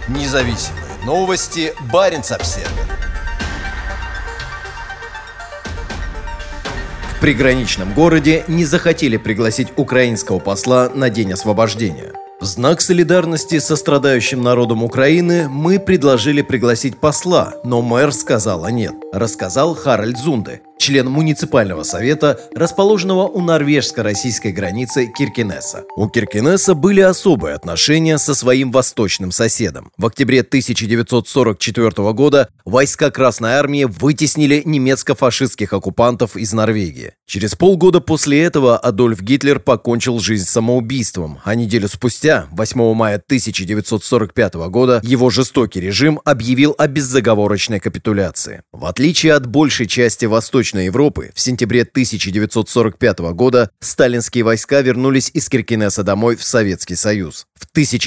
Независимые новости. Баренц-Обсервер. В приграничном городе не захотели пригласить украинского посла на День освобождения. В знак солидарности со страдающим народом Украины мы предложили пригласить посла, но мэр сказала нет, рассказал Харальд Зунде, член муниципального совета, расположенного у норвежско-российской границы Киркенеса. У Киркенеса были особые отношения со своим восточным соседом. В октябре 1944 года войска Красной Армии вытеснили немецко-фашистских оккупантов из Норвегии. Через полгода после этого Адольф Гитлер покончил жизнь самоубийством, а неделю спустя, 8 мая 1945 года, его жестокий режим объявил о безоговорочной капитуляции. В отличие от большей части Восточной Европы, в сентябре 1945 года сталинские войска вернулись из Киркенеса домой в Советский Союз. В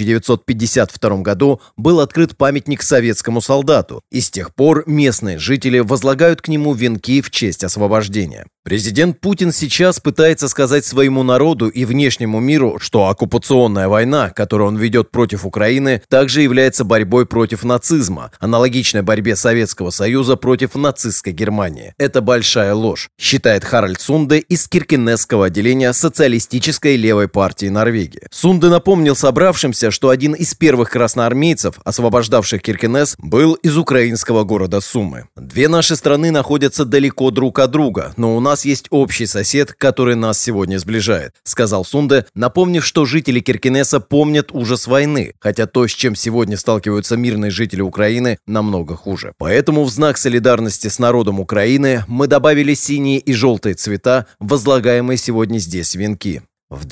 1952 году был открыт памятник советскому солдату, и с тех пор местные жители возлагают к нему венки в честь освобождения. Президент Путин сейчас пытается сказать своему народу и внешнему миру, что оккупационная война, которую он ведет против Украины, также является борьбой против нацизма, аналогичной борьбе Советского Союза против нацистской Германии. Это большая ложь, считает Харальд Зунде из Киркенесского отделения социалистической левой партии Норвегии. Зунде напомнил собравшимся, что один из первых красноармейцев, освобождавших Киркенес, был из украинского города Сумы. Две наши страны находятся далеко друг от друга, но у нас есть общий сосед, который нас сегодня сближает, сказал Зунде, напомнив, что жители Киркенеса помнят ужас войны, хотя то, с чем сегодня сталкиваются мирные жители Украины, намного хуже. Поэтому в знак солидарности с народом Украины мы добавили синие и желтые цвета, возлагаемые сегодня здесь венки. В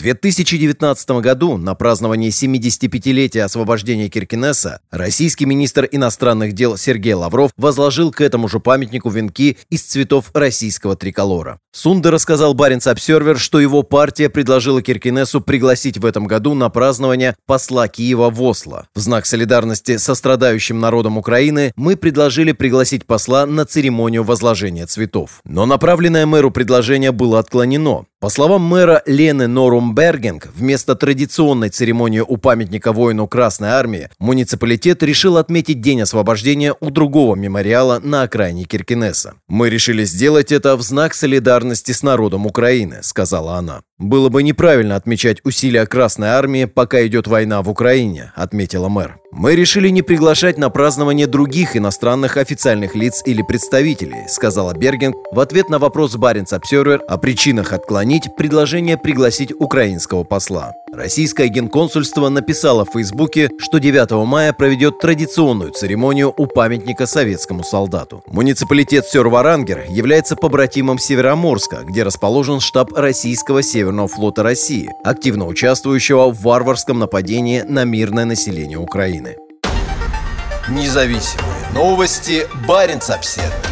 2019 году на праздновании 75-летия освобождения Киркенеса российский министр иностранных дел Сергей Лавров возложил к этому же памятнику венки из цветов российского триколора. Зунде рассказал Баренц-Обсервер, что его партия предложила Киркенесу пригласить в этом году на празднование посла Киева в Осло. В знак солидарности со страдающим народом Украины мы предложили пригласить посла на церемонию возложения цветов. Но направленное мэру предложение было отклонено. По словам мэра Лены Норум Бергинг, вместо традиционной церемонии у памятника воину Красной Армии, муниципалитет решил отметить День освобождения у другого мемориала на окраине Киркенеса. «Мы решили сделать это в знак солидарности с народом Украины», — сказала она. «Было бы неправильно отмечать усилия Красной Армии, пока идет война в Украине», — отметила мэр. «Мы решили не приглашать на празднование других иностранных официальных лиц или представителей», — сказала Бергинг в ответ на вопрос Баренц-Обсервер о причинах отклонить предложение пригласить украинского посла. Российское генконсульство написало в Фейсбуке, что 9 мая проведет традиционную церемонию у памятника советскому солдату. Муниципалитет Сёр-Варангер является побратимом Североморска, где расположен штаб Российского Северного флота России, активно участвующего в варварском нападении на мирное население Украины. Независимые новости. Баренц-Обсервер.